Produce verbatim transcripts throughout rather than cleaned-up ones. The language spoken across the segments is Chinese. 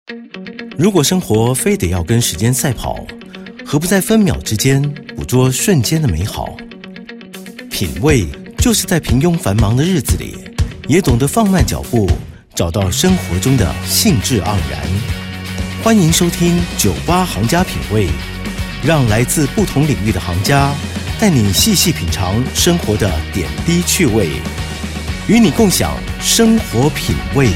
如果生活非得要跟时间赛跑，何不在分秒之间捕捉瞬间的美好？品味就是在平庸繁忙的日子里，也懂得放慢脚步，找到生活中的兴致盎然。欢迎收听酒吧行家品味，让来自不同领域的行家带你细细品尝生活的点滴趣味，与你共享生活品味。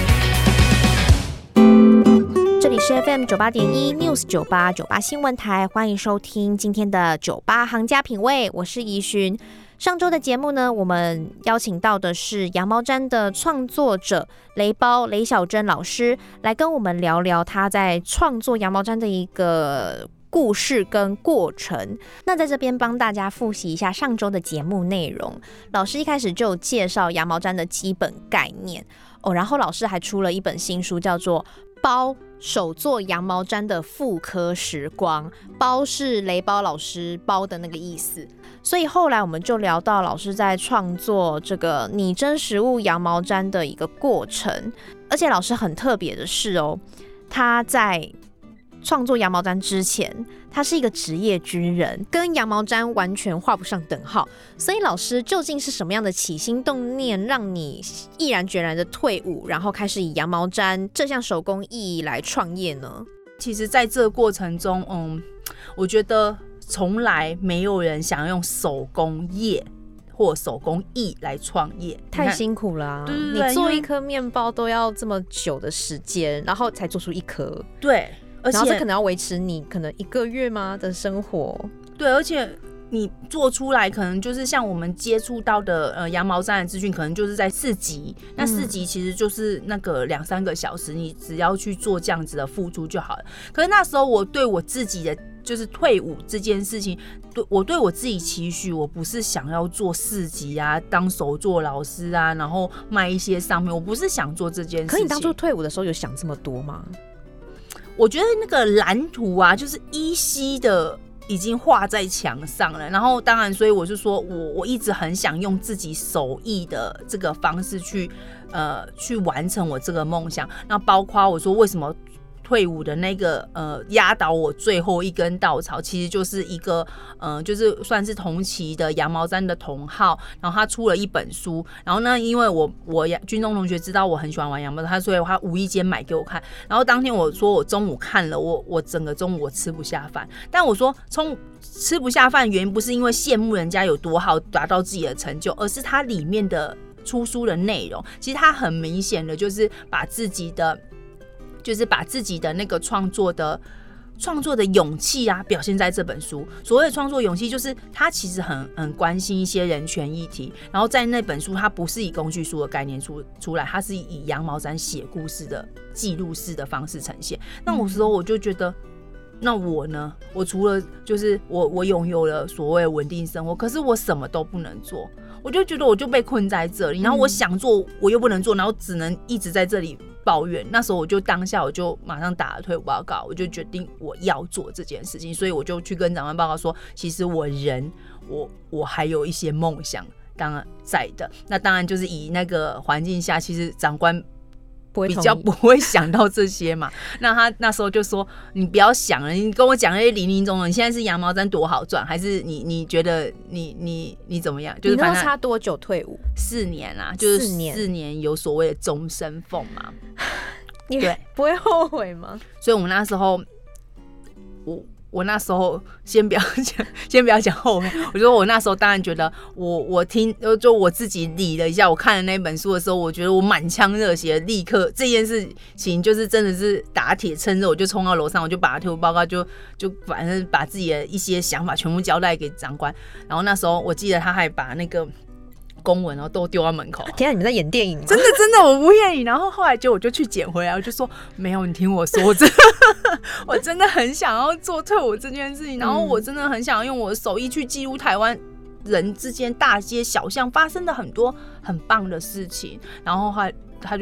这里是 F M 九八点一 News 九八九八新闻台，欢迎收听今天的酒吧行家品味，我是怡薰。上周的节目呢，我们邀请到的是羊毛毡的创作者雷包雷小珍老师，来跟我们聊聊他在创作羊毛毡的一个故事跟过程。那在这边帮大家复习一下上周的节目内容。老师一开始就有介绍羊毛毡的基本概念哦，然后老师还出了一本新书，叫做包手做羊毛毡的复刻时光，包是雷包老师包的那个意思。所以后来我们就聊到老师在创作这个拟真实物羊毛毡的一个过程，而且老师很特别的是哦，他在创作羊毛毡之前，他是一个职业军人，跟羊毛毡完全画不上等号。所以老师究竟是什么样的起心动念，让你毅然决然的退伍，然后开始以羊毛毡这项手工艺来创业呢？ 其实在这个过程中，嗯，我觉得从来没有人想要用手工业或手工艺来创业， 太辛苦了啊！ 对对对， 你做一颗面包都要这么久的时间，然后才做出一颗。 对。而且然后这可能要维持你可能一个月吗的生活？ 对，而且你做出来可能就是像我们接触到的呃羊毛毡的资讯，可能就是在四级，那四级其实就是那个两三个小时，你只要去做这样子的付出就好了。可是那时候我对我自己的就是退伍这件事情，对我对我自己期许，我不是想要做四级啊，当手作老师啊，然后卖一些商品，我不是想做这件事情。 可你当初退伍的时候有想这么多吗？ 我觉得那个蓝图啊，就是依稀的已经画在墙上了。然后当然，所以我就说我我一直很想用自己手艺的这个方式去呃去完成我这个梦想。那包括我说为什么退伍的那个呃压倒我最后一根稻草，其实就是一个呃就是算是同期的羊毛毡的同好，然后他出了一本书，然后呢因为我我军中同学知道我很喜欢玩羊毛毡，他所以他无意间买给我看，然后当天我说我中午看了，我我整个中午我吃不下饭，但我说从吃不下饭原因不是因为羡慕人家有多好达到自己的成就，而是它里面的出书的内容，其实它很明显的就是把自己的就是把自己的那个创作的创作的勇气啊，表现在这本书。所谓的创作勇气，就是他其实很很关心一些人权议题，然后在那本书，它不是以工具书的概念出出来，它是以羊毛毡写故事的记录式的方式呈现。那有时候我就觉得，那我呢？我除了就是我我拥有了所谓稳定生活，可是我什么都不能做。我就觉得我就被困在这里，然后我想做我又不能做，然后只能一直在这里抱怨。那时候我就当下我就马上打了退伍报告，我就决定我要做这件事情，所以我就去跟长官报告说，其实我人我我还有一些梦想当然在的。那当然就是以那个环境下，其实长官比较不会想到这些嘛。那他那时候就说：“你不要想了，你跟我讲那些零零总总。你现在是羊毛毡多好赚，还是你你觉得你你你怎么样？就是你那差多久退伍？ 四年啊，就是四年有所谓的终身俸嘛。 你不会后悔吗？ 所以我们那时候，我。”我那时候先不要讲，先不要讲后面。我觉得我那时候当然觉得我，我我听就我自己理了一下，我看了那本书的时候，我觉得我满腔热血，立刻这件事情就是真的是打铁趁热，我就冲到楼上，我就把退伍报告就就反正把自己的一些想法全部交代给长官。然后那时候我记得他还把那个公文然后都丢到门口。 天啊，你们在演电影吗？ 真的真的，我不骗你。然后后来就我就去捡回来，我就说没有，你听我说，我真的我真的很想要做退伍这件事情，然后我真的很想要用我的手艺去记录台湾人之间大街小巷发生的很多很棒的事情。然后后来他就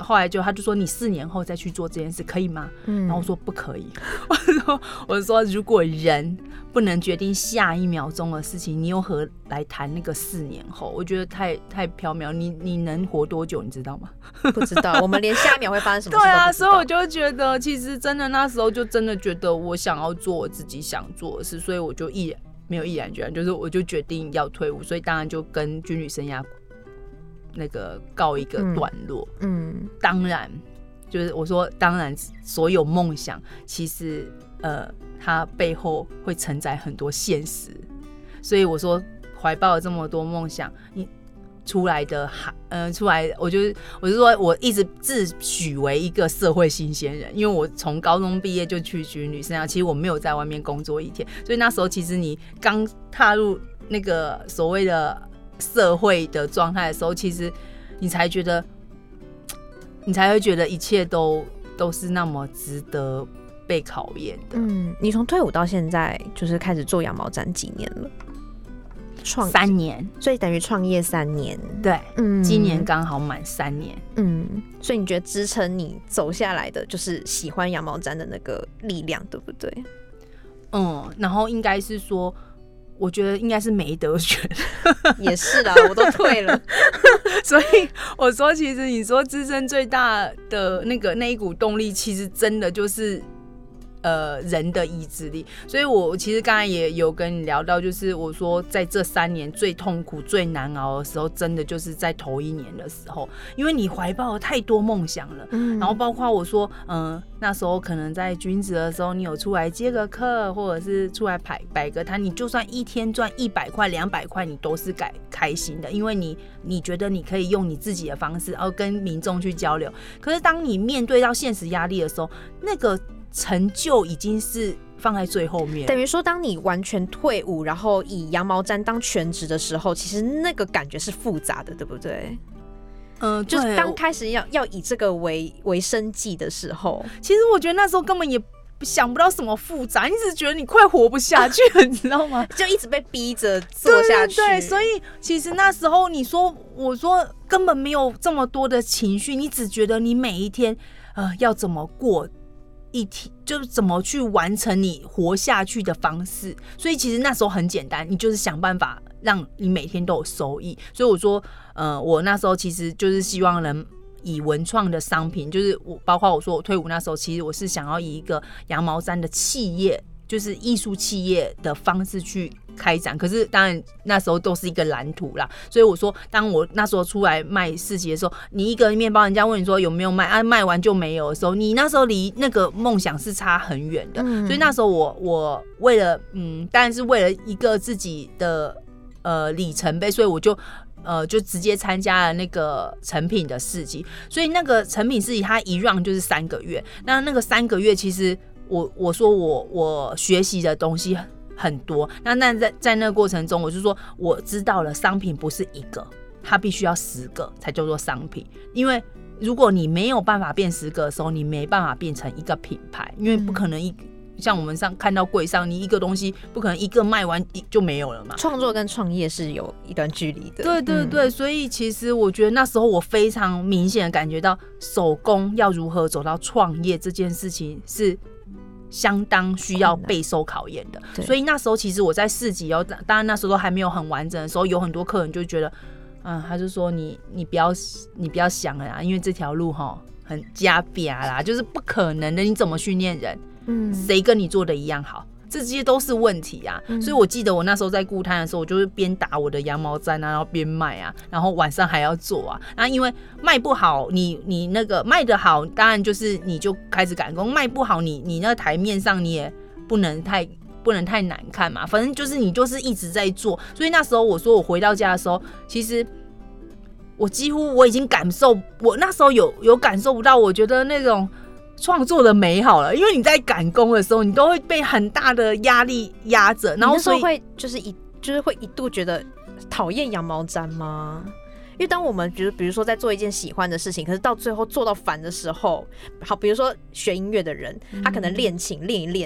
后来就他就说你四年后再去做这件事可以吗？嗯，然后我说不可以。我说我说如果人不能决定下一秒钟的事情，你又何来谈那个四年后？我觉得太太缥缈。你你能活多久？你知道吗？ 不知道，我们连下一秒会发生什么事都不知道。 对啊，所以我就觉得，其实真的那时候就真的觉得我想要做我自己想做的事，所以我就毅然没有毅然决然，就是我就决定要退伍，所以当然就跟军旅生涯那个告一个段落。嗯，嗯当然就是我说，当然所有梦想其实呃。它背后会承载很多现实，所以我说怀抱了这么多梦想，你出来的，呃，出来，我就我就说我一直自诩为一个社会新鲜人，因为我从高中毕业就去军旅生涯，其实我没有在外面工作一天，所以那时候其实你刚踏入那个所谓的社会的状态的时候，其实你才觉得，你才会觉得一切都都是那么值得被考验的。 嗯，你从退伍到现在就是开始做羊毛毡几年了？创三年， 所以等于创业三年。 对，嗯，今年刚好满三年。 嗯，所以你觉得支撑你走下来的就是喜欢羊毛毡的那个力量，对不对？ 嗯，然后应该是说，我觉得应该是没得选。 也是啦，我都退了。 所以我说，其实你说支撑最大的那个那一股动力，其实真的就是呃人的意志力。所以我其实刚才也有跟你聊到，就是我说在这三年最痛苦最难熬的时候，真的就是在头一年的时候，因为你怀抱了太多梦想了。嗯，然后包括我说嗯、呃、那时候可能在军职的时候，你有出来接个课，或者是出来摆摆个摊，你就算一天赚一百块两百块，你都是改开心的，因为你你觉得你可以用你自己的方式，然后跟民众去交流。可是当你面对到现实压力的时候，那个成就已经是放在最后面。 等于说，当你完全退伍，然后以羊毛毡当全职的时候，其实那个感觉是复杂的，对不对？嗯、呃，就是刚开始要要以这个为为生计的时候， 其实我觉得那时候根本也想不到什么复杂，你只是觉得你快活不下去了，你知道吗？ 就一直被逼着做下去。 对对对，所以其实那时候你说，我说根本没有这么多的情绪，你只觉得你每一天呃要怎么过。一体就是怎么去完成你活下去的方式，所以其实那时候很简单，你就是想办法让你每天都有收益。所以我说，呃，我那时候其实就是希望能以文创的商品，就是我包括我说我退伍那时候，其实我是想要以一个羊毛毡的企业，就是艺术企业的方式去开展，可是当然那时候都是一个蓝图啦，所以我说当我那时候出来卖市集的时候，你一个面包人家问你说有没有卖啊，卖完就没有的时候，你那时候离那个梦想是差很远的、嗯、所以那时候我我为了嗯，当然是为了一个自己的呃里程碑，所以我就呃就直接参加了那个成品的市集，所以那个成品市集它一 round 就是三个月，那那个三个月其实我我说我我学习的东西很多，那那在在那个过程中，我就说我知道了，商品不是一个，它必须要十个才叫做商品。因为如果你没有办法变十个的时候，你没办法变成一个品牌，因为不可能一、嗯、像我们上看到柜上，你一个东西不可能一个卖完就没有了嘛。 创作跟创业是有一段距离的。 对对对、嗯，所以其实我觉得那时候我非常明显的感觉到，手工要如何走到创业这件事情是相当需要备受考验的，所以那时候其实我在市集哦，当然那时候都还没有很完整的时候，有很多客人就觉得，嗯，他就说你你不要你不要想了啦，因为这条路哈很加瘪啦，就是不可能的，你怎么训练人？嗯，谁跟你做的一样好？这些都是问题啊、嗯，所以我记得我那时候在顾摊的时候，我就是边打我的羊毛毡啊，然后边卖啊，然后晚上还要做啊。那因为卖不好，你你那个卖得好，当然就是你就开始赶工；卖不好，你你那个台面上你也不能太不能太难看嘛。反正就是你就是一直在做。所以那时候我说我回到家的时候，其实我几乎我已经感受，我那时候有有感受不到，我觉得那种创作的美好了，因为你在赶工的时候，你都会被很大的压力压着，然后所以你那时候会就是一就是会一度觉得讨厌羊毛毡吗？因为当我们觉得比如说在做一件喜欢的事情，可是到最后做到烦的时候，好，比如说学音乐的人，他可能练琴练一练，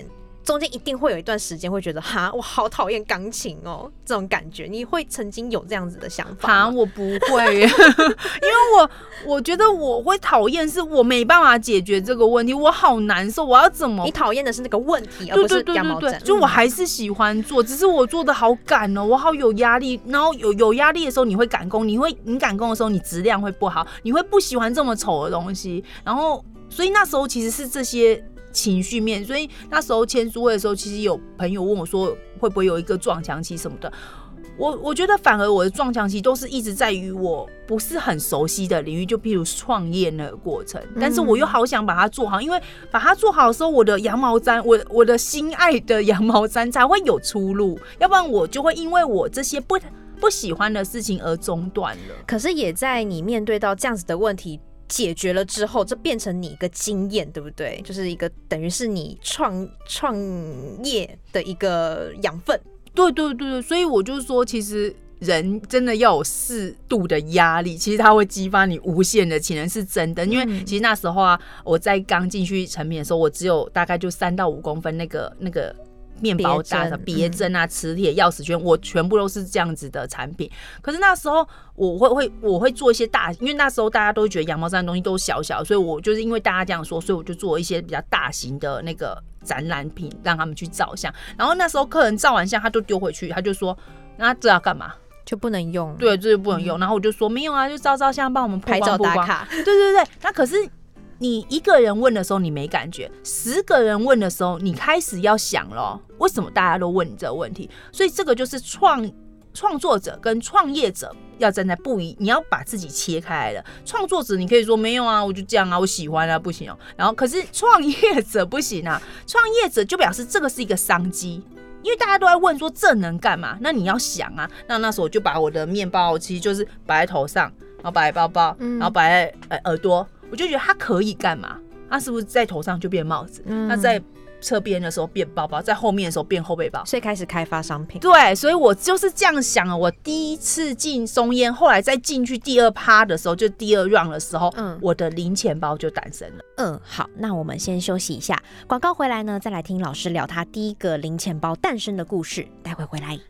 中间一定会有一段时间会觉得哈，我好讨厌钢琴哦，这种感觉，你会曾经有这样子的想法吗？ 哈，我不会耶，因为我我觉得我会讨厌，是我没办法解决这个问题，我好难受，我要怎么？ 你讨厌的是那个问题，而不是羊毛毡。 就我还是喜欢做，只是我做的好赶哦，我好有压力。然后有有压力的时候，你会赶工，你会你赶工的时候，你质量会不好，你会不喜欢这么丑的东西。然后，所以那时候其实是这些情绪面，所以那时候签书会的时候，其实有朋友问我说，会不会有一个撞墙期什么的。我我觉得反而我的撞墙期都是一直在于我不是很熟悉的领域，就譬如创业那个过程，但是我又好想把它做好，因为把它做好的时候，我的羊毛毡，我我的心爱的羊毛毡才会有出路，要不然我就会因为我这些不不喜欢的事情而中断了。 可是也在你面对到这样子的问题解决了之后，这变成你一个经验，对不对？就是一个等于是你创创业的一个养分。 对对对对，所以我就说，其实人真的要有适度的压力，其实它会激发你无限的潜能，是真的。因为其实那时候啊，我在刚进去成品的时候，我只有大概就三到五公分那个那个面包大的别针啊、磁铁、钥匙圈，我全部都是这样子的产品。可是那时候我会会我会做一些大，因为那时候大家都会觉得羊毛毡的东西都小小，所以我就是因为大家这样说，所以我就做一些比较大型的那个展览品，让他们去照相。然后那时候客人照完相，他就丢回去，他就说：“那这要干嘛？ 就不能用？” 对，这就不能用。嗯、然后我就说：“没有啊，就照照相，帮我们曝光拍照打曝卡。” 对对对，那可是。你一个人问的时候你没感觉，十个人问的时候你开始要想了，为什么大家都问你这个问题？所以这个就是创创作者跟创业者要站在不一，你要把自己切开来了。创作者你可以说没有啊，我就这样啊，我喜欢啊，不行哦。然后可是创业者不行啊，创业者就表示这个是一个商机。因为大家都在问说这能干嘛，那你要想啊。那那时候我就把我的面包其实就是摆在头上，然后摆在包包，然后摆在、呃、耳朵。我就觉得它可以干嘛？它是不是在头上就变帽子？嗯、那在侧边的时候变包包，在后面的时候变后背包， 所以开始开发商品。 对，所以我就是这样想了。我第一次进松烟，后来再进去第二趴的时候，就第二 round 的时候，嗯，我的零钱包就诞生了。 嗯，好，那我们先休息一下，广告回来呢，再来听老师聊他第一个零钱包诞生的故事。待会回来。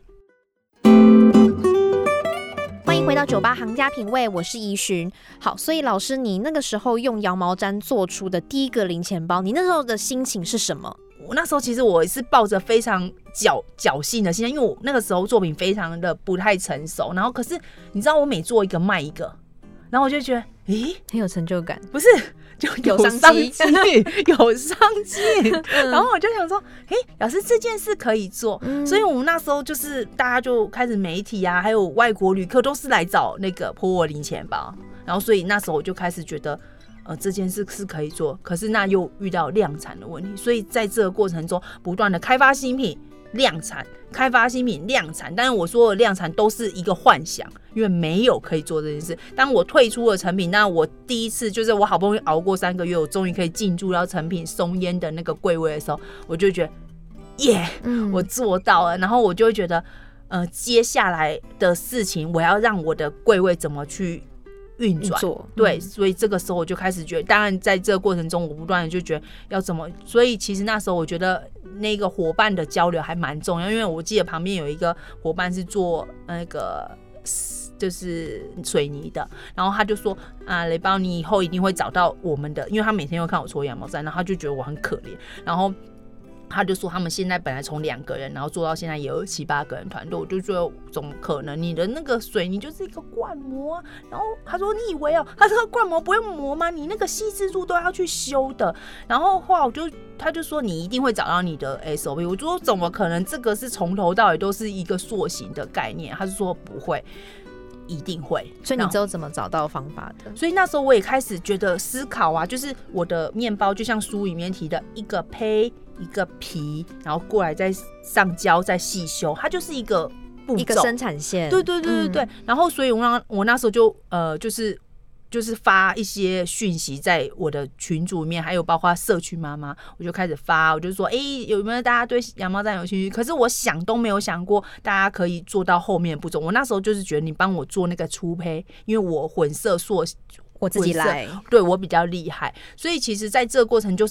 欢迎回到酒吧行家品味，我是怡寻。好，所以老师，你那个时候用羊毛毡做出的第一个零钱包，你那时候的心情是什么？ 我那时候其实我是抱着非常侥侥幸的心态，因为我那个时候作品非常的不太成熟，然后可是你知道我每做一个卖一个，然后我就觉得，诶， 很有成就感， 不是？就有商机，有商机，嗯、然后我就想说，哎、欸，老师这件事可以做，嗯、所以我们那时候就是大家就开始媒体啊，还有外国旅客都是来找那个破我零钱包，然后所以那时候我就开始觉得，呃，这件事是可以做，可是那又遇到量产的问题，所以在这个过程中不断的开发新品。量产，开发新品，量产，但是我说的量产都是一个幻想，因为没有可以做这件事。当我退出了成品，那我第一次就是我好不容易熬过三个月，我终于可以进驻到成品松烟的那个柜位的时候，我就觉得耶、yeah, 我做到了。然后我就会觉得，呃，接下来的事情我要让我的柜位怎么去运转，对，所以这个时候我就开始觉得，当然在这个过程中，我不断的就觉得要怎么，所以其实那时候我觉得那个伙伴的交流还蛮重要，因为我记得旁边有一个伙伴是做那个就是水泥的，然后他就说啊，雷包你以后一定会找到我们的，因为他每天会看我搓羊毛毡，然后他就觉得我很可怜，然后。他就说他们现在本来从两个人，然后做到现在也有七八个人团队，我就觉得怎么可能？你的那个水泥就是一个灌模、啊，然后他说你以为哦，他说灌模不用磨吗？你那个细致度都要去修的。然后后来我就他就说你一定会找到你的 S O P， 我就说怎么可能？这个是从头到尾都是一个塑形的概念。他就说不会。一定会， 所以你知道怎么找到方法的？ 所以那时候我也开始觉得思考啊，就是我的面包就像书里面提的一个胚一个皮，然后过来再上胶再细修，它就是一个步骤， 一个生产线。 对对对对对。嗯、然后所以我那我那时候就呃就是。就是发一些讯息在我的群组里面，还有包括社区妈妈，我就开始发，我就说，哎、欸，有没有大家对羊毛毡有兴趣？可是我想都没有想过，大家可以做到后面的步骤。我那时候就是觉得你帮我做那个粗胚，因为我混色塑， 我自己来， 对我比较厉害，所以其实在这个过程就是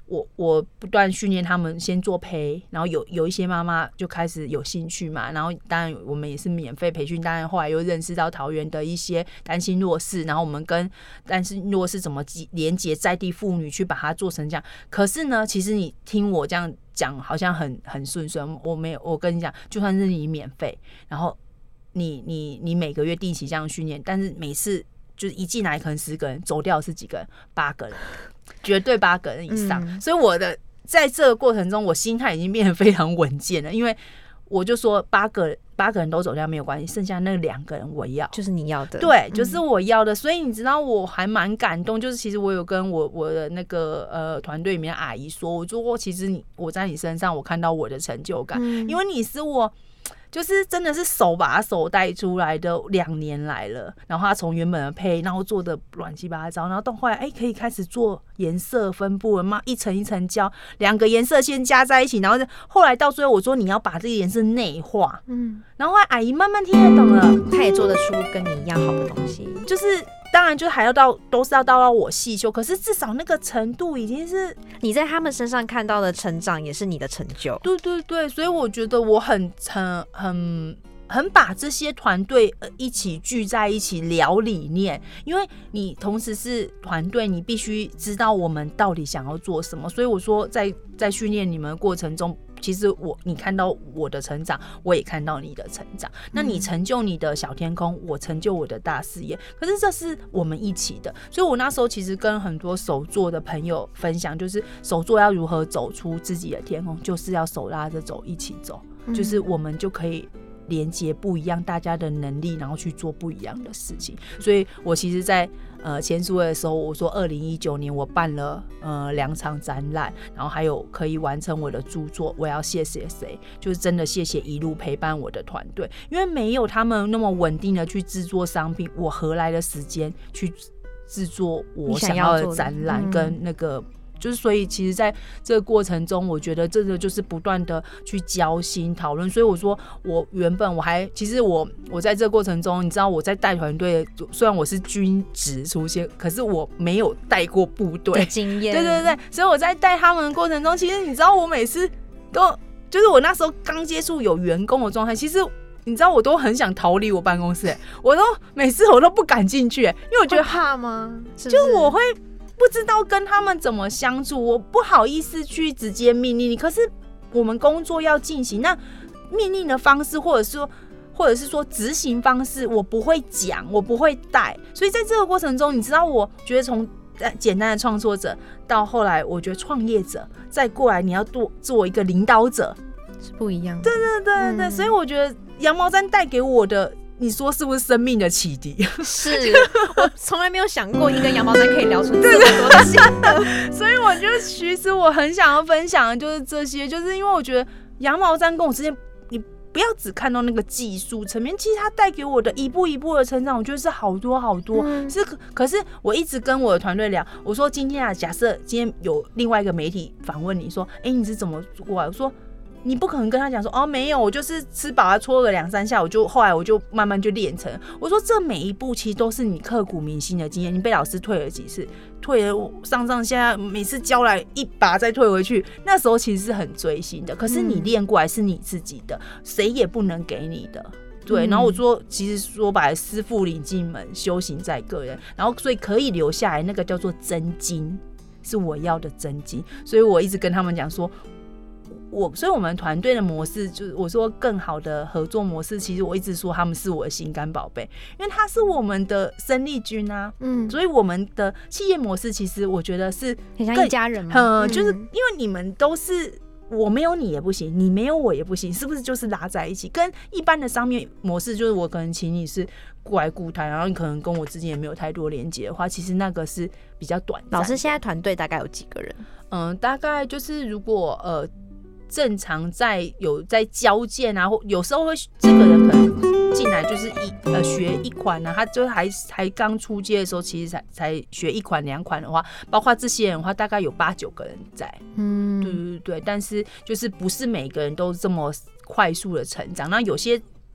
我我不断训练他们先做胚，然后有有一些妈妈就开始有兴趣嘛，然后当然我们也是免费培训，当然后来又认识到桃园的一些单亲弱势，然后我们跟单亲弱势怎么连结在地妇女去把它做成这样。可是呢，其实你听我这样讲好像很很顺顺，我没有，我跟你讲，就算是你免费，然后你你你每个月定期这样训练，但是每次就是一进来可能十个人，走掉是几个人？八个人。绝对八个人以上、嗯、所以我的在这个过程中我心态已经变得非常稳健了，因为我就说八个八个人都走掉没有关系，剩下那两个人我要， 就是你要的， 对，就是我要的、嗯、所以你知道我还蛮感动，就是其实我有跟我我的那个呃团队里面的阿姨说，我说其实你我在你身上我看到我的成就感、嗯、因为你是我就是真的是手把手带出来的，两年来了，然后他从原本的胚，然后做的乱七八糟，然后到后来哎、欸、可以开始做颜色分布了嘛，一层一层胶，两个颜色先加在一起，然后后来到最后我说你要把这个颜色内化，嗯，然后后来阿姨慢慢听得懂了， 她也做得出跟你一样好的东西， 就是当然就还要到都是要到到我细修，可是至少那个程度已经是你在他们身上看到的成长，也是你的成就。 对对对，所以我觉得我很很很很把这些团队一起聚在一起聊理念，因为你同时是团队，你必须知道我们到底想要做什么。所以我说在在训练你们的过程中，其实我你看到我的成长，我也看到你的成长。那你成就你的小天空，我成就我的大事业。可是这是我们一起的，所以我那时候其实跟很多手作的朋友分享，就是手作要如何走出自己的天空，就是要手拉着走，一起走，就是我们就可以连接不一样大家的能力，然后去做不一样的事情。所以我其实在呃签书会的时候，我说二零一九年我办了呃两场展览，然后还有可以完成我的著作，我要谢谢谁？就是真的谢谢一路陪伴我的团队，因为没有他们那么稳定的去制作商品，我何来的时间去制作我想要的展览跟那个。就是所以其实在这个过程中，我觉得这个就是不断的去交心讨论。所以我说我原本我还其实我我在这个过程中，你知道我在带团队，虽然我是军职出现，可是我没有带过部队的经验。 对对对，所以我在带他们的过程中，其实你知道我每次都就是我那时候刚接触有员工的状态，其实你知道我都很想逃离我办公室，我都每次我都不敢进去，因为我觉得怕吗？是不是就我会不知道跟他们怎么相处，我不好意思去直接命令你。可是我们工作要进行，那命令的方式，或者说或者是说执行方式，我不会讲，我不会带。所以在这个过程中，你知道，我觉得从简单的创作者到后来，我觉得创业者，再过来你要做做一个领导者， 是不一样的。 对对对对、嗯，所以我觉得羊毛毡带给我的。你说是不是生命的启迪？ 是，我从来没有想过一根羊毛毡可以聊出这么多的心得， 所以我觉得其实我很想要分享的就是这些，就是因为我觉得羊毛毡跟我之间，你不要只看到那个技术层面，其实它带给我的一步一步的成长，我觉得是好多好多。嗯、是可，可是我一直跟我的团队聊，我说今天啊，假设今天有另外一个媒体访问你说，哎、欸，你是怎么过来？我说。你不可能跟他讲说哦没有，我就是吃饱了搓了两三下，我就后来我就慢慢就练成。我说这每一步其实都是你刻骨铭心的经验。你被老师退了几次，退了上上下下，每次教来一把再退回去，那时候其实是很追星的。可是你练过来是你自己的，谁也不能给你的。对，然后我说，其实说白了，师父领进门，修行在个人。然后所以可以留下来，那个叫做真经，是我要的真经。所以我一直跟他们讲说。我所以我们团队的模式，就是我说更好的合作模式，其实我一直说他们是我的心肝宝贝，因为他是我们的生力军啊，嗯，所以我们的企业模式其实我觉得是很像一家人嘛， 嗯，就是因为你们都是我没有你也不行，你没有我也不行，是不是就是拉在一起？跟一般的商业模式，就是我可能请你是过来顾摊，然后你可能跟我之间也没有太多连接的话，其实那个是比较短暂。 老师现在团队大概有几个人？ 嗯，大概就是如果呃。正常在有在交件啊，或有时候会这个人可能进来就是一呃学一款啊，他就还还刚出街的时候，其实才才学一款两款的话，包括这些人的话，大概有八九个人在，嗯，对对对，但是就是不是每个人都这么快速的成长，那有些。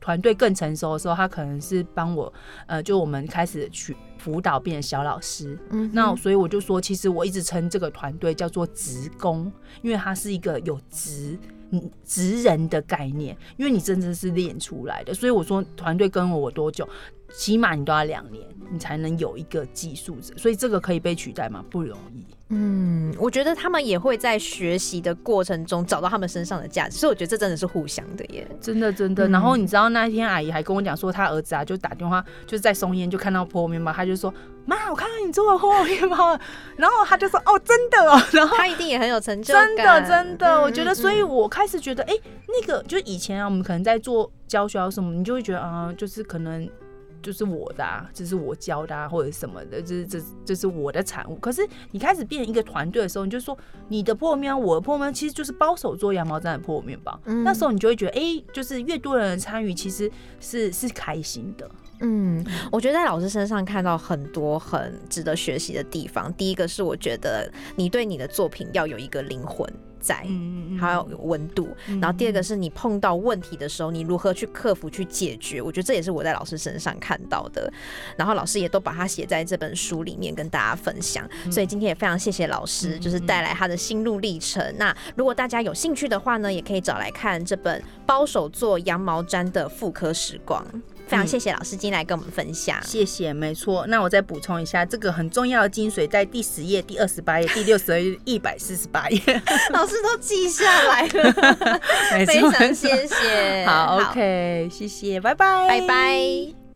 团队更成熟的时候，他可能是帮我，呃，就我们开始去辅导变成小老师。嗯，那所以我就说，其实我一直称这个团队叫做职工，因为它是一个有职。职人的概念，因为你真的是练出来的，所以我说团队跟我多久，起码你都要两年，你才能有一个技术者，所以这个可以被取代吗？不容易。 嗯，我觉得他们也会在学习的过程中找到他们身上的价值，所以我觉得这真的是互相的耶， 真的真的。嗯、然后你知道那一天阿姨还跟我讲说，她儿子啊就打电话，就是在松烟就看到破面包，他就说妈，我看到你做的破面包了，然后他就说哦，真的哦，然后他一定也很有成就感， 真的真的，嗯、我觉得，所以我开始觉得，哎、欸，那个就以前啊，我们可能在做教学什么，你就会觉得啊、呃，就是可能。就是我的、啊，这是我教的、啊，或者什么的，这这这是我的产物。可是你开始变成一个团队的时候，你就说你的破面包，我的破面包，其实就是包手做羊毛毡的破面包。嗯、那时候你就会觉得，哎、欸，就是越多人参与，其实是是开心的。 嗯，我觉得在老师身上看到很多很值得学习的地方。第一个是我觉得你对你的作品要有一个灵魂在，还有温度。然后第二个是你碰到问题的时候，你如何去克服、去解决。我觉得这也是我在老师身上看到的。然后老师也都把它写在这本书里面跟大家分享。所以今天也非常谢谢老师，就是带来他的心路历程。那如果大家有兴趣的话呢，也可以找来看这本《包手做羊毛毡的复刻时光》。非常谢谢老师今天来跟我们分享， 谢谢，没错。那我再补充一下，这个很重要的精髓在第十页、第二十八页、第六十二页、一百四十八页， 老师都记下来了，非常谢谢。 好 ，OK， 谢谢，拜拜， 拜拜。